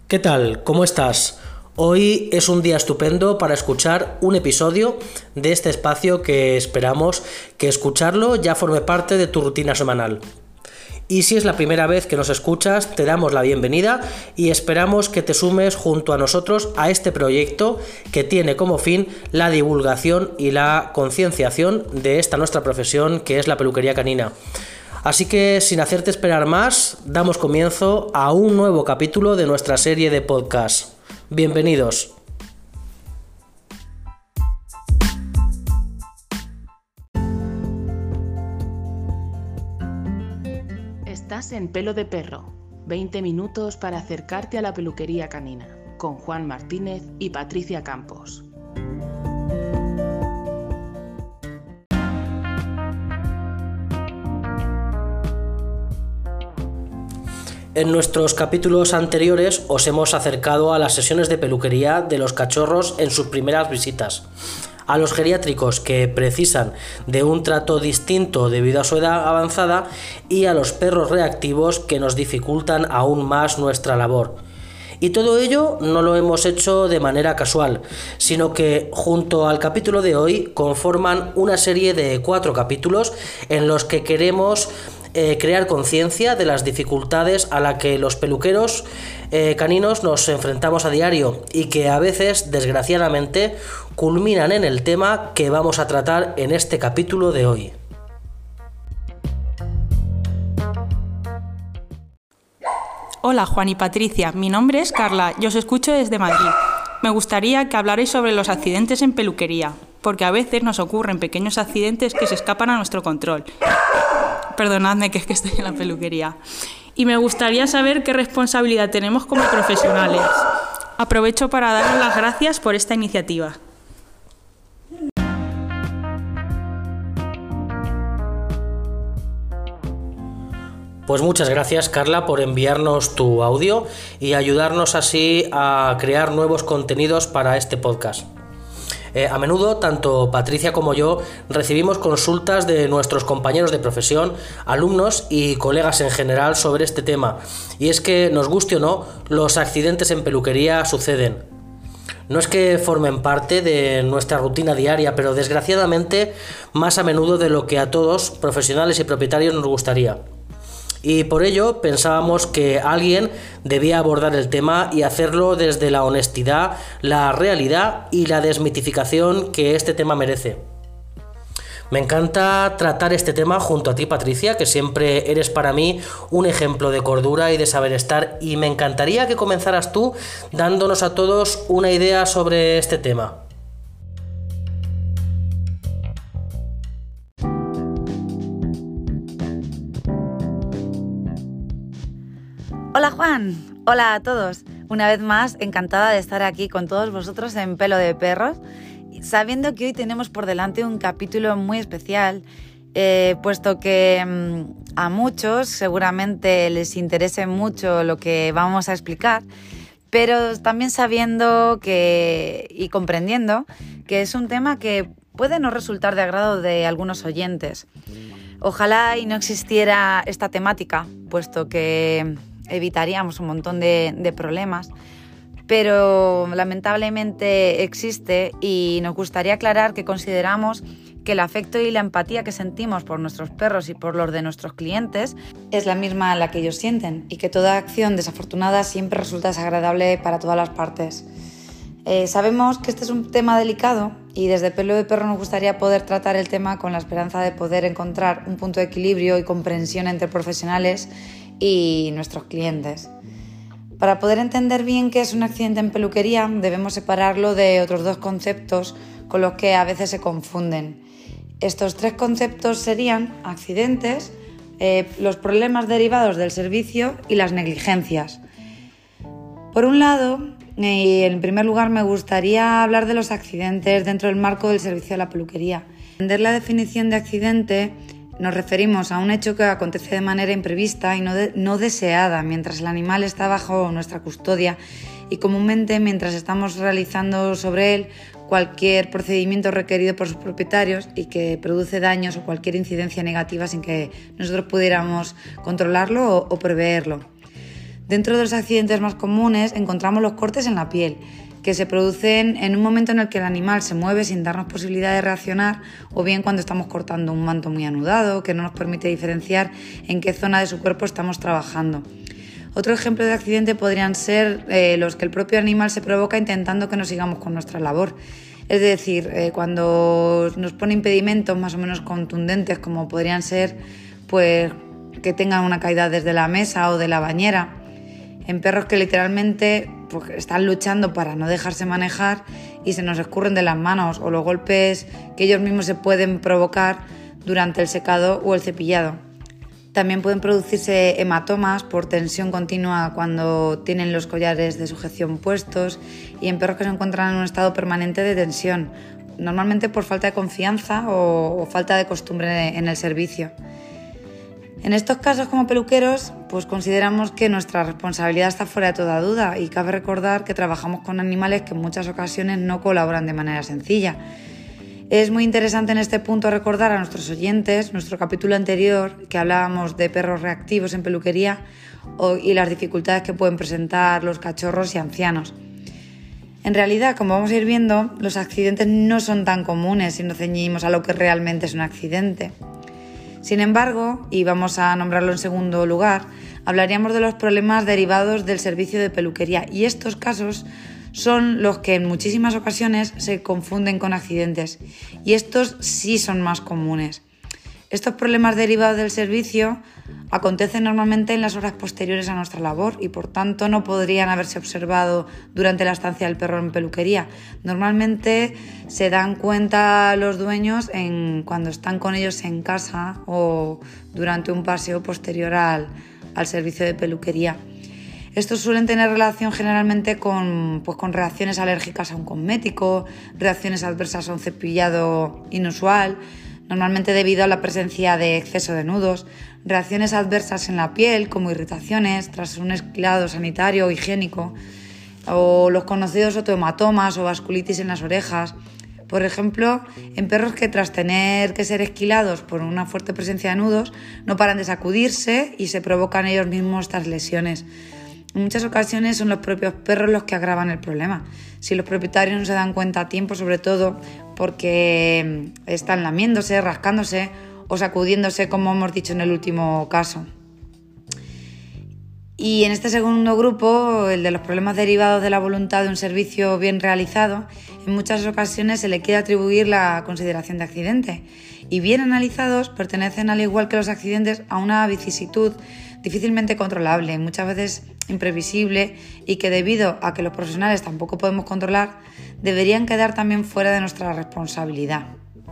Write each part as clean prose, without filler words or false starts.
¿Qué tal? ¿Cómo estás? Hoy es un día estupendo para escuchar un episodio de este espacio que esperamos que escucharlo ya forme parte de tu rutina semanal. Y si es la primera vez que nos escuchas, te damos la bienvenida y esperamos que te sumes junto a nosotros a este proyecto que tiene como fin la divulgación y la concienciación de esta nuestra profesión que es la peluquería canina. Así que, sin hacerte esperar más, damos comienzo a un nuevo capítulo de nuestra serie de podcast. Bienvenidos. Estás en Pelo de Perro, 20 minutos para acercarte a la peluquería canina, con Juan Martínez y Patricia Campos. En nuestros capítulos anteriores os hemos acercado a las sesiones de peluquería de los cachorros en sus primeras visitas, a los geriátricos que precisan de un trato distinto debido a su edad avanzada y a los perros reactivos que nos dificultan aún más nuestra labor. Y todo ello no lo hemos hecho de manera casual, sino que junto al capítulo de hoy conforman una serie de 4 capítulos en los que queremos crear conciencia de las dificultades a las que los peluqueros caninos nos enfrentamos a diario y que a veces, desgraciadamente, culminan en el tema que vamos a tratar en este capítulo de hoy. Hola Juan y Patricia, mi nombre es Carla y os escucho desde Madrid. Me gustaría que hablarais sobre los accidentes en peluquería, porque a veces nos ocurren pequeños accidentes que se escapan a nuestro control. Perdonadme que es que estoy en la peluquería. Y me gustaría saber qué responsabilidad tenemos como profesionales. Aprovecho para daros las gracias por esta iniciativa. Pues muchas gracias, Carla, por enviarnos tu audio y ayudarnos así a crear nuevos contenidos para este podcast. A menudo, tanto Patricia como yo recibimos consultas de nuestros compañeros de profesión, alumnos y colegas en general sobre este tema. Y es que, nos guste o no, los accidentes en peluquería suceden. No es que formen parte de nuestra rutina diaria, pero desgraciadamente más a menudo de lo que a todos, profesionales y propietarios, nos gustaría. Y por ello pensábamos que alguien debía abordar el tema y hacerlo desde la honestidad, la realidad y la desmitificación que este tema merece. Me encanta tratar este tema junto a ti, Patricia, que siempre eres para mí un ejemplo de cordura y de saber estar, y me encantaría que comenzaras tú dándonos a todos una idea sobre este tema. Hola Juan, hola a todos. Una vez más, encantada de estar aquí con todos vosotros en Pelo de Perros, sabiendo que hoy tenemos por delante un capítulo muy especial, puesto que a muchos seguramente les interese mucho lo que vamos a explicar, pero también sabiendo y comprendiendo que es un tema que puede no resultar de agrado de algunos oyentes. Ojalá y no existiera esta temática, puesto que evitaríamos un montón de problemas, pero lamentablemente existe y nos gustaría aclarar que consideramos que el afecto y la empatía que sentimos por nuestros perros y por los de nuestros clientes es la misma en la que ellos sienten y que toda acción desafortunada siempre resulta desagradable para todas las partes. Sabemos que este es un tema delicado y desde Pelo de Perro nos gustaría poder tratar el tema con la esperanza de poder encontrar un punto de equilibrio y comprensión entre profesionales y nuestros clientes. Para poder entender bien qué es un accidente en peluquería, debemos separarlo de otros 2 conceptos con los que a veces se confunden. Estos 3 conceptos serían accidentes, los problemas derivados del servicio y las negligencias. Por un lado, y en primer lugar, me gustaría hablar de los accidentes dentro del marco del servicio de la peluquería. Entender la definición de accidente, nos referimos a un hecho que acontece de manera imprevista y no deseada mientras el animal está bajo nuestra custodia y comúnmente mientras estamos realizando sobre él cualquier procedimiento requerido por sus propietarios y que produce daños o cualquier incidencia negativa sin que nosotros pudiéramos controlarlo o preverlo. Dentro de los accidentes más comunes encontramos los cortes en la piel, que se producen en un momento en el que el animal se mueve sin darnos posibilidad de reaccionar, o bien cuando estamos cortando un manto muy anudado que no nos permite diferenciar en qué zona de su cuerpo estamos trabajando. Otro ejemplo de accidente podrían ser los que el propio animal se provoca intentando que nos sigamos con nuestra labor. Es decir, cuando nos pone impedimentos más o menos contundentes, como podrían ser pues, que tengan una caída desde la mesa o de la bañera, en perros que literalmente pues, están luchando para no dejarse manejar y se nos escurren de las manos, o los golpes que ellos mismos se pueden provocar durante el secado o el cepillado. También pueden producirse hematomas por tensión continua cuando tienen los collares de sujeción puestos, y en perros que se encuentran en un estado permanente de tensión, normalmente por falta de confianza o falta de costumbre en el servicio. En estos casos, como peluqueros, pues consideramos que nuestra responsabilidad está fuera de toda duda, y cabe recordar que trabajamos con animales que en muchas ocasiones no colaboran de manera sencilla. Es muy interesante en este punto recordar a nuestros oyentes nuestro capítulo anterior, que hablábamos de perros reactivos en peluquería y las dificultades que pueden presentar los cachorros y ancianos. En realidad, como vamos a ir viendo, los accidentes no son tan comunes si nos ceñimos a lo que realmente es un accidente. Sin embargo, y vamos a nombrarlo en segundo lugar, hablaríamos de los problemas derivados del servicio de peluquería, y estos casos son los que en muchísimas ocasiones se confunden con accidentes, y estos sí son más comunes. Estos problemas derivados del servicio acontecen normalmente en las horas posteriores a nuestra labor y por tanto no podrían haberse observado durante la estancia del perro en peluquería. Normalmente se dan cuenta los dueños cuando están con ellos en casa o durante un paseo posterior al servicio de peluquería. Estos suelen tener relación generalmente con reacciones alérgicas a un cosmético, reacciones adversas a un cepillado inusual, normalmente debido a la presencia de exceso de nudos, reacciones adversas en la piel como irritaciones tras un esquilado sanitario o higiénico, o los conocidos otohematomas o vasculitis en las orejas. Por ejemplo, en perros que tras tener que ser esquilados por una fuerte presencia de nudos no paran de sacudirse y se provocan ellos mismos estas lesiones. En muchas ocasiones son los propios perros los que agravan el problema, si los propietarios no se dan cuenta a tiempo, sobre todo porque están lamiéndose, rascándose o sacudiéndose, como hemos dicho en el último caso. Y en este segundo grupo, el de los problemas derivados de la voluntad de un servicio bien realizado, en muchas ocasiones se le quiere atribuir la consideración de accidente, y bien analizados pertenecen, al igual que los accidentes, a una vicisitud difícilmente controlable, muchas veces imprevisible, y que debido a que los profesionales tampoco podemos controlar, deberían quedar también fuera de nuestra responsabilidad.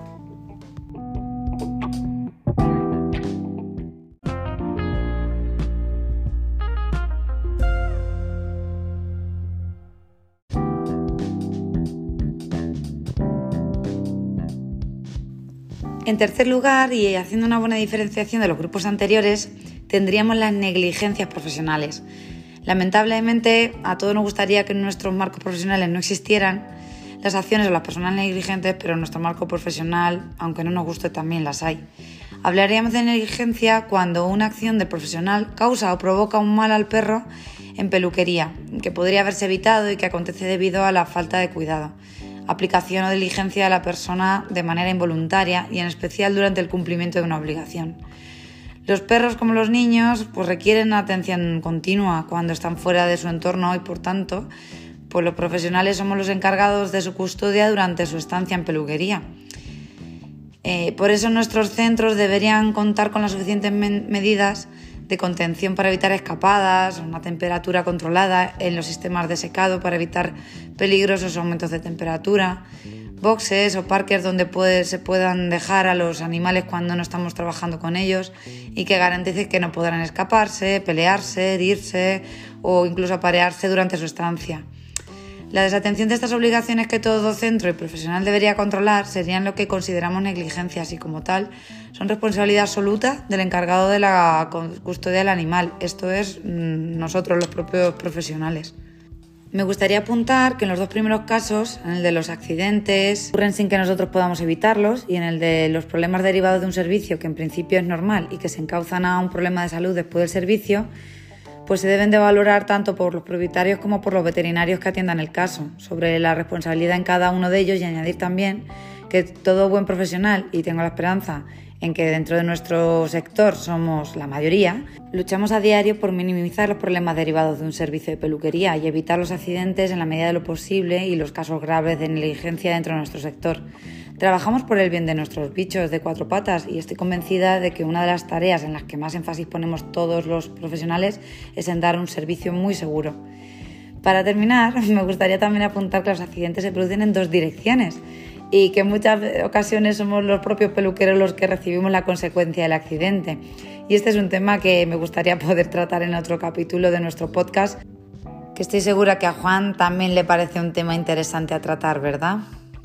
En tercer lugar, y haciendo una buena diferenciación de los grupos anteriores, tendríamos las negligencias profesionales. Lamentablemente, a todos nos gustaría que en nuestros marcos profesionales no existieran las acciones o las personas negligentes, pero en nuestro marco profesional, aunque no nos guste, también las hay. Hablaríamos de negligencia cuando una acción del profesional causa o provoca un mal al perro en peluquería, que podría haberse evitado y que acontece debido a la falta de cuidado, aplicación o diligencia de la persona de manera involuntaria y en especial durante el cumplimiento de una obligación. Los perros, como los niños, requieren atención continua cuando están fuera de su entorno y, por tanto, los profesionales somos los encargados de su custodia durante su estancia en peluquería. Por eso nuestros centros deberían contar con las suficientes medidas de contención para evitar escapadas, una temperatura controlada en los sistemas de secado para evitar peligrosos aumentos de temperatura, boxes o parques donde se puedan dejar a los animales cuando no estamos trabajando con ellos y que garanticen que no podrán escaparse, pelearse, herirse o incluso aparearse durante su estancia. La desatención de estas obligaciones que todo centro y profesional debería controlar serían lo que consideramos negligencias y, como tal, son responsabilidad absoluta del encargado de la custodia del animal, esto es, nosotros los propios profesionales. Me gustaría apuntar que en los dos primeros casos, en el de los accidentes, ocurren sin que nosotros podamos evitarlos, y en el de los problemas derivados de un servicio que en principio es normal y que se encauzan a un problema de salud después del servicio, pues se deben de valorar tanto por los propietarios como por los veterinarios que atiendan el caso, sobre la responsabilidad en cada uno de ellos, y añadir también que todo buen profesional, y tengo la esperanza en que dentro de nuestro sector somos la mayoría, luchamos a diario por minimizar los problemas derivados de un servicio de peluquería y evitar los accidentes en la medida de lo posible y los casos graves de negligencia dentro de nuestro sector. Trabajamos por el bien de nuestros bichos de cuatro patas y estoy convencida de que una de las tareas en las que más énfasis ponemos todos los profesionales es en dar un servicio muy seguro. Para terminar, me gustaría también apuntar que los accidentes se producen en dos direcciones y que en muchas ocasiones somos los propios peluqueros los que recibimos la consecuencia del accidente. Y este es un tema que me gustaría poder tratar en otro capítulo de nuestro podcast, que estoy segura que a Juan también le parece un tema interesante a tratar, ¿verdad?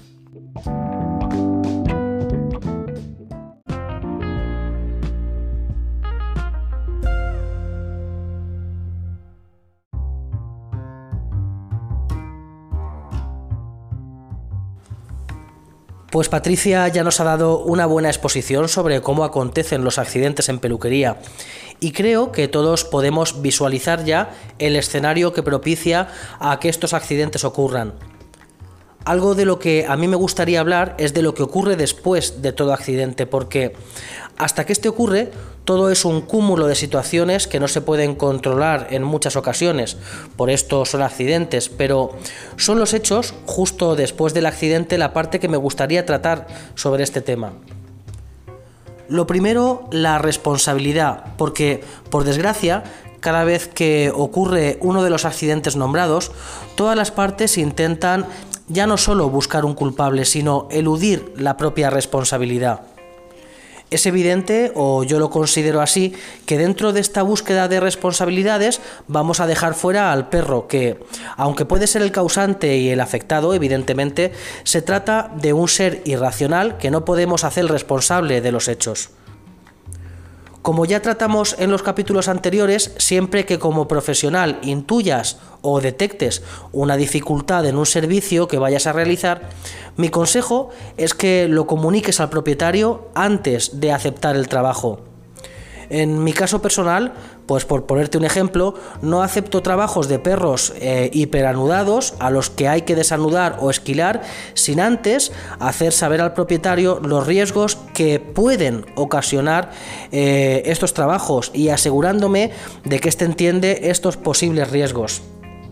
Pues Patricia ya nos ha dado una buena exposición sobre cómo acontecen los accidentes en peluquería y creo que todos podemos visualizar ya el escenario que propicia a que estos accidentes ocurran. Algo de lo que a mí me gustaría hablar es de lo que ocurre después de todo accidente, porque hasta que este ocurre, todo es un cúmulo de situaciones que no se pueden controlar en muchas ocasiones, por esto son accidentes, pero son los hechos justo después del accidente la parte que me gustaría tratar sobre este tema. Lo primero, la responsabilidad, porque, por desgracia, cada vez que ocurre uno de los accidentes nombrados, todas las partes intentan ya no solo buscar un culpable, sino eludir la propia responsabilidad. Es evidente, o yo lo considero así, que dentro de esta búsqueda de responsabilidades vamos a dejar fuera al perro, que, aunque puede ser el causante y el afectado, evidentemente, se trata de un ser irracional que no podemos hacer responsable de los hechos. Como ya tratamos en los capítulos anteriores, siempre que como profesional intuyas o detectes una dificultad en un servicio que vayas a realizar, mi consejo es que lo comuniques al propietario antes de aceptar el trabajo. En mi caso personal, pues por ponerte un ejemplo, no acepto trabajos de perros hiperanudados a los que hay que desanudar o esquilar sin antes hacer saber al propietario los riesgos que pueden ocasionar estos trabajos y asegurándome de que éste entiende estos posibles riesgos.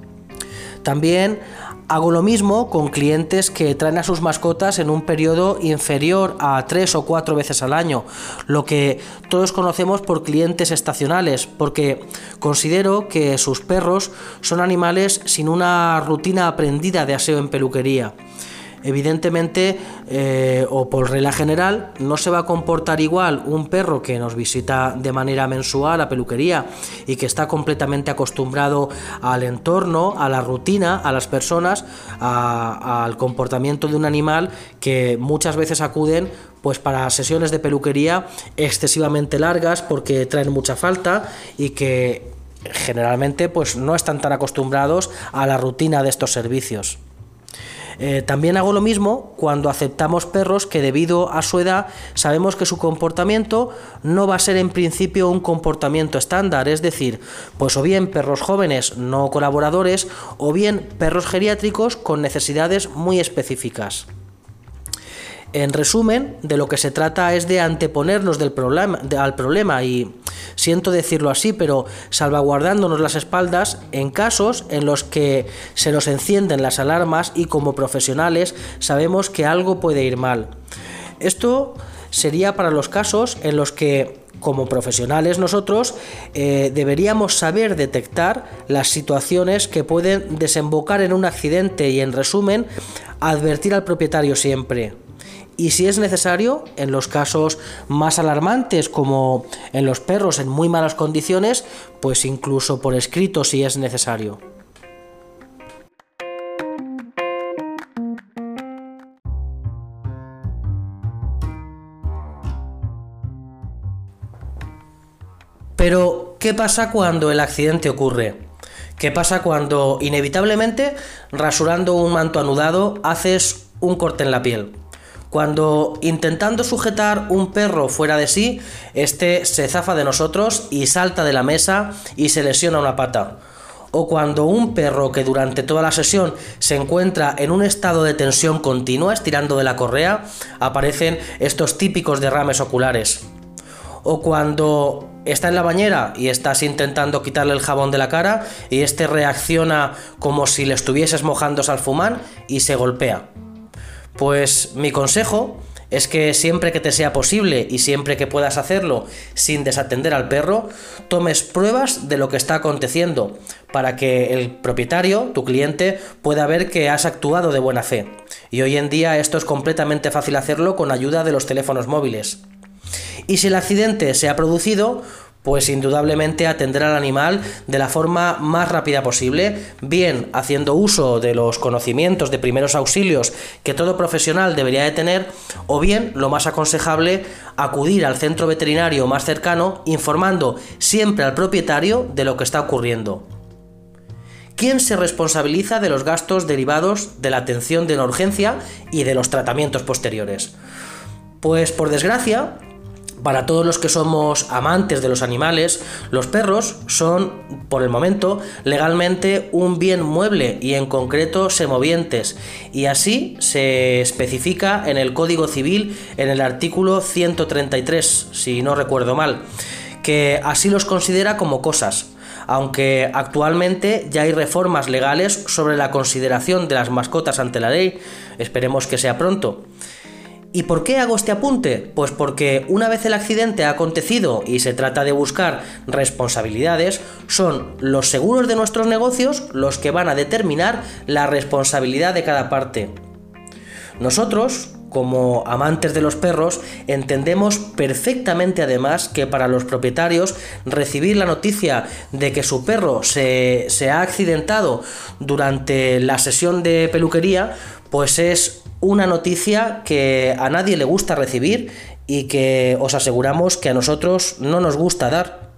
También hago lo mismo con clientes que traen a sus mascotas en un periodo inferior a 3 o 4 veces al año, lo que todos conocemos por clientes estacionales, porque considero que sus perros son animales sin una rutina aprendida de aseo en peluquería. Evidentemente, o por regla general, no se va a comportar igual un perro que nos visita de manera mensual a peluquería y que está completamente acostumbrado al entorno, a la rutina, a las personas, al comportamiento de un animal que muchas veces acuden pues para sesiones de peluquería excesivamente largas porque traen mucha falta y que generalmente pues no están tan acostumbrados a la rutina de estos servicios. También hago lo mismo cuando aceptamos perros que debido a su edad sabemos que su comportamiento no va a ser en principio un comportamiento estándar, es decir, pues o bien perros jóvenes no colaboradores o bien perros geriátricos con necesidades muy específicas. En resumen, de lo que se trata es de anteponernos al problema y, siento decirlo así, pero salvaguardándonos las espaldas en casos en los que se nos encienden las alarmas y como profesionales sabemos que algo puede ir mal. Esto sería para los casos en los que, como profesionales nosotros, deberíamos saber detectar las situaciones que pueden desembocar en un accidente y, en resumen, advertir al propietario siempre. Y si es necesario, en los casos más alarmantes como en los perros en muy malas condiciones, pues incluso por escrito si es necesario. Pero, ¿qué pasa cuando el accidente ocurre? ¿Qué pasa cuando, inevitablemente, rasurando un manto anudado, haces un corte en la piel? cuando intentando sujetar un perro fuera de sí, este se zafa de nosotros y salta de la mesa y se lesiona una pata. O cuando un perro que durante toda la sesión se encuentra en un estado de tensión continua estirando de la correa, aparecen estos típicos derrames oculares. O cuando está en la bañera y estás intentando quitarle el jabón de la cara y este reacciona como si le estuvieses mojando salfumán y se golpea. Pues mi consejo es que siempre que te sea posible y siempre que puedas hacerlo sin desatender al perro, tomes pruebas de lo que está aconteciendo para que el propietario, tu cliente, pueda ver que has actuado de buena fe. Y hoy en día esto es completamente fácil hacerlo con ayuda de los teléfonos móviles. Y si el accidente se ha producido, pues indudablemente atender al animal de la forma más rápida posible, bien haciendo uso de los conocimientos de primeros auxilios que todo profesional debería de tener, o bien, lo más aconsejable, acudir al centro veterinario más cercano informando siempre al propietario de lo que está ocurriendo. ¿Quién se responsabiliza de los gastos derivados de la atención de la urgencia y de los tratamientos posteriores? Pues por desgracia, para todos los que somos amantes de los animales, los perros son, por el momento, legalmente un bien mueble y en concreto semovientes, y así se especifica en el Código Civil en el artículo 133, si no recuerdo mal, que así los considera como cosas, aunque actualmente ya hay reformas legales sobre la consideración de las mascotas ante la ley, esperemos que sea pronto. ¿Y por qué hago este apunte? Pues porque una vez el accidente ha acontecido y se trata de buscar responsabilidades, son los seguros de nuestros negocios los que van a determinar la responsabilidad de cada parte. Nosotros, como amantes de los perros, entendemos perfectamente además que para los propietarios recibir la noticia de que su perro se ha accidentado durante la sesión de peluquería, pues es una noticia que a nadie le gusta recibir y que os aseguramos que a nosotros no nos gusta dar.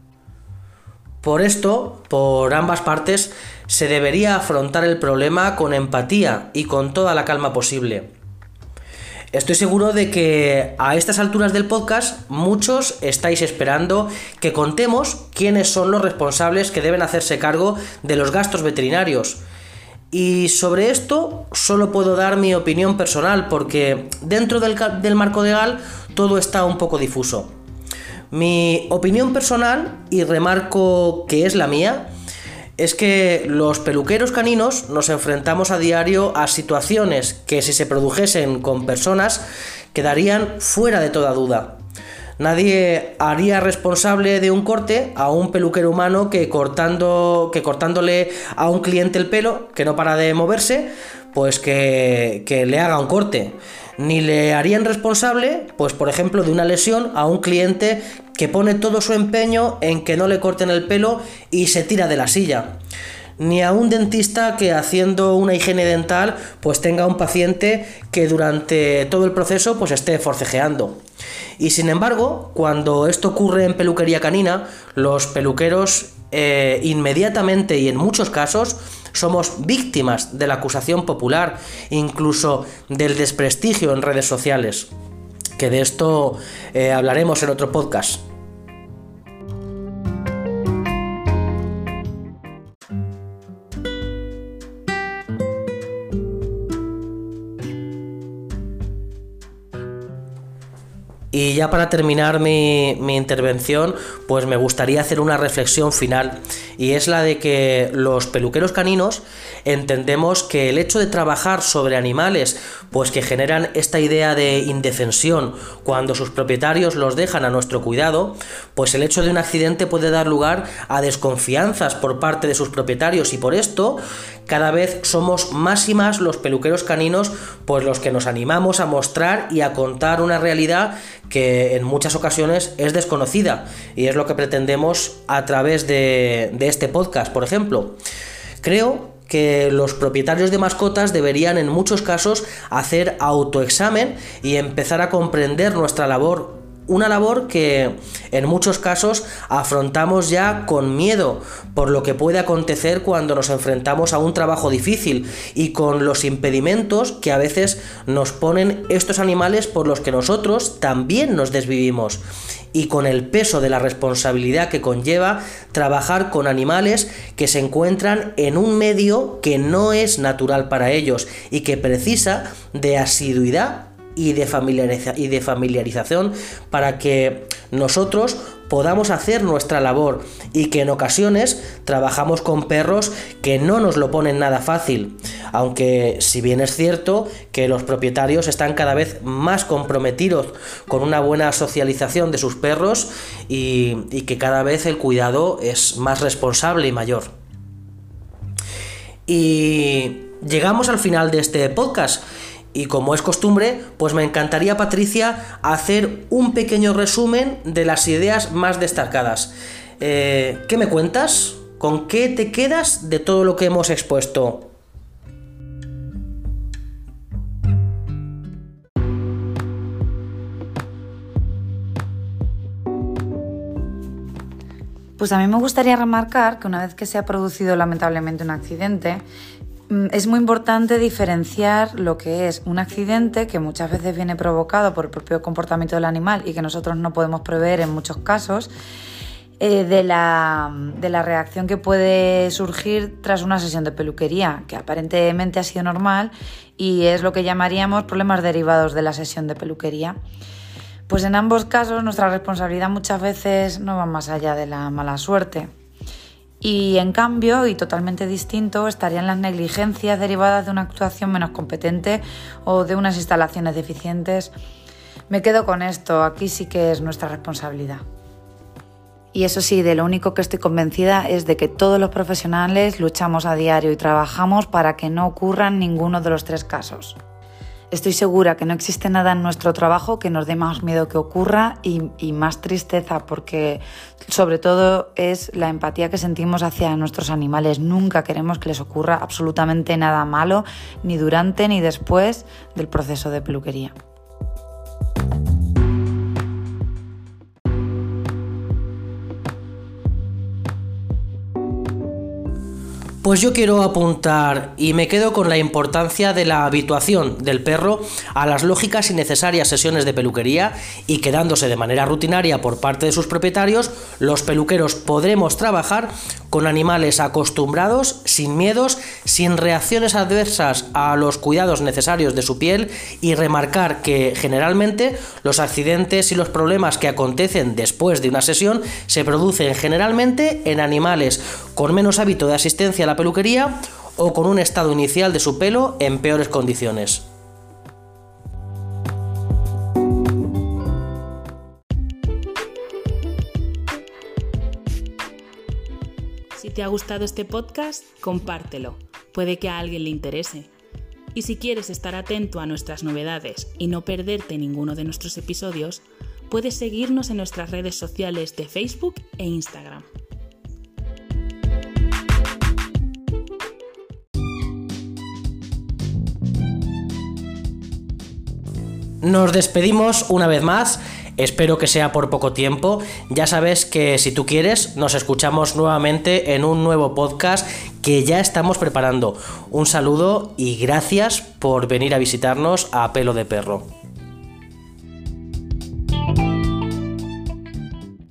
Por esto, por ambas partes, se debería afrontar el problema con empatía y con toda la calma posible. Estoy seguro de que a estas alturas del podcast muchos estáis esperando que contemos quiénes son los responsables que deben hacerse cargo de los gastos veterinarios. Y sobre esto solo puedo dar mi opinión personal porque dentro del marco legal todo está un poco difuso. Mi opinión personal, y remarco que es la mía, es que los peluqueros caninos nos enfrentamos a diario a situaciones que si se produjesen con personas quedarían fuera de toda duda. Nadie haría responsable de un corte a un peluquero humano que cortándole a un cliente el pelo, que no para de moverse, pues que le haga un corte. Ni le harían responsable, pues por ejemplo, de una lesión a un cliente que pone todo su empeño en que no le corten el pelo y se tira de la silla. Ni a un dentista que haciendo una higiene dental pues tenga un paciente que durante todo el proceso pues esté forcejeando. Y sin embargo, cuando esto ocurre en peluquería canina, los peluqueros inmediatamente y en muchos casos somos víctimas de la acusación popular, incluso del desprestigio en redes sociales, que de esto hablaremos en otro podcast. Y ya para terminar mi intervención, pues me gustaría hacer una reflexión final, y es la de que los peluqueros caninos entendemos que el hecho de trabajar sobre animales pues que generan esta idea de indefensión cuando sus propietarios los dejan a nuestro cuidado, pues el hecho de un accidente puede dar lugar a desconfianzas por parte de sus propietarios, y por esto cada vez somos más y más los peluqueros caninos pues los que nos animamos a mostrar y a contar una realidad que en muchas ocasiones es desconocida, y es lo que pretendemos a través de este podcast, por ejemplo. Creo que los propietarios de mascotas deberían en muchos casos hacer autoexamen y empezar a comprender nuestra labor una labor que en muchos casos afrontamos ya con miedo por lo que puede acontecer cuando nos enfrentamos a un trabajo difícil y con los impedimentos que a veces nos ponen estos animales por los que nosotros también nos desvivimos, y con el peso de la responsabilidad que conlleva trabajar con animales que se encuentran en un medio que no es natural para ellos y que precisa de asiduidad y de familiarización para que nosotros podamos hacer nuestra labor, y que en ocasiones trabajamos con perros que no nos lo ponen nada fácil, aunque si bien es cierto que los propietarios están cada vez más comprometidos con una buena socialización de sus perros y que cada vez el cuidado es más responsable y mayor. Y llegamos al final de este podcast. Y como es costumbre, pues me encantaría, Patricia, hacer un pequeño resumen de las ideas más destacadas. ¿Qué me cuentas? ¿Con qué te quedas de todo lo que hemos expuesto? Pues a mí me gustaría remarcar que una vez que se ha producido lamentablemente un accidente, es muy importante diferenciar lo que es un accidente, que muchas veces viene provocado por el propio comportamiento del animal y que nosotros no podemos prever en muchos casos, de la reacción que puede surgir tras una sesión de peluquería, que aparentemente ha sido normal y es lo que llamaríamos problemas derivados de la sesión de peluquería. Pues en ambos casos nuestra responsabilidad muchas veces no va más allá de la mala suerte. Y en cambio, y totalmente distinto, estarían las negligencias derivadas de una actuación menos competente o de unas instalaciones deficientes. Me quedo con esto, aquí sí que es nuestra responsabilidad. Y eso sí, de lo único que estoy convencida es de que todos los profesionales luchamos a diario y trabajamos para que no ocurran ninguno de los tres casos. Estoy segura que no existe nada en nuestro trabajo que nos dé más miedo que ocurra y más tristeza, porque sobre todo es la empatía que sentimos hacia nuestros animales. Nunca queremos que les ocurra absolutamente nada malo, ni durante ni después del proceso de peluquería. Pues yo quiero apuntar y me quedo con la importancia de la habituación del perro a las lógicas y necesarias sesiones de peluquería, y quedándose de manera rutinaria por parte de sus propietarios, los peluqueros podremos trabajar con animales acostumbrados, sin miedos, sin reacciones adversas a los cuidados necesarios de su piel, y remarcar que generalmente los accidentes y los problemas que acontecen después de una sesión se producen generalmente en animales con menos hábito de asistencia a la peluquería o con un estado inicial de su pelo en peores condiciones. Si te ha gustado este podcast, compártelo. Puede que a alguien le interese. Y si quieres estar atento a nuestras novedades y no perderte ninguno de nuestros episodios, puedes seguirnos en nuestras redes sociales de Facebook e Instagram. Nos despedimos una vez más, espero que sea por poco tiempo. Ya sabes que si tú quieres nos escuchamos nuevamente en un nuevo podcast que ya estamos preparando. Un saludo y gracias por venir a visitarnos a Pelo de Perro.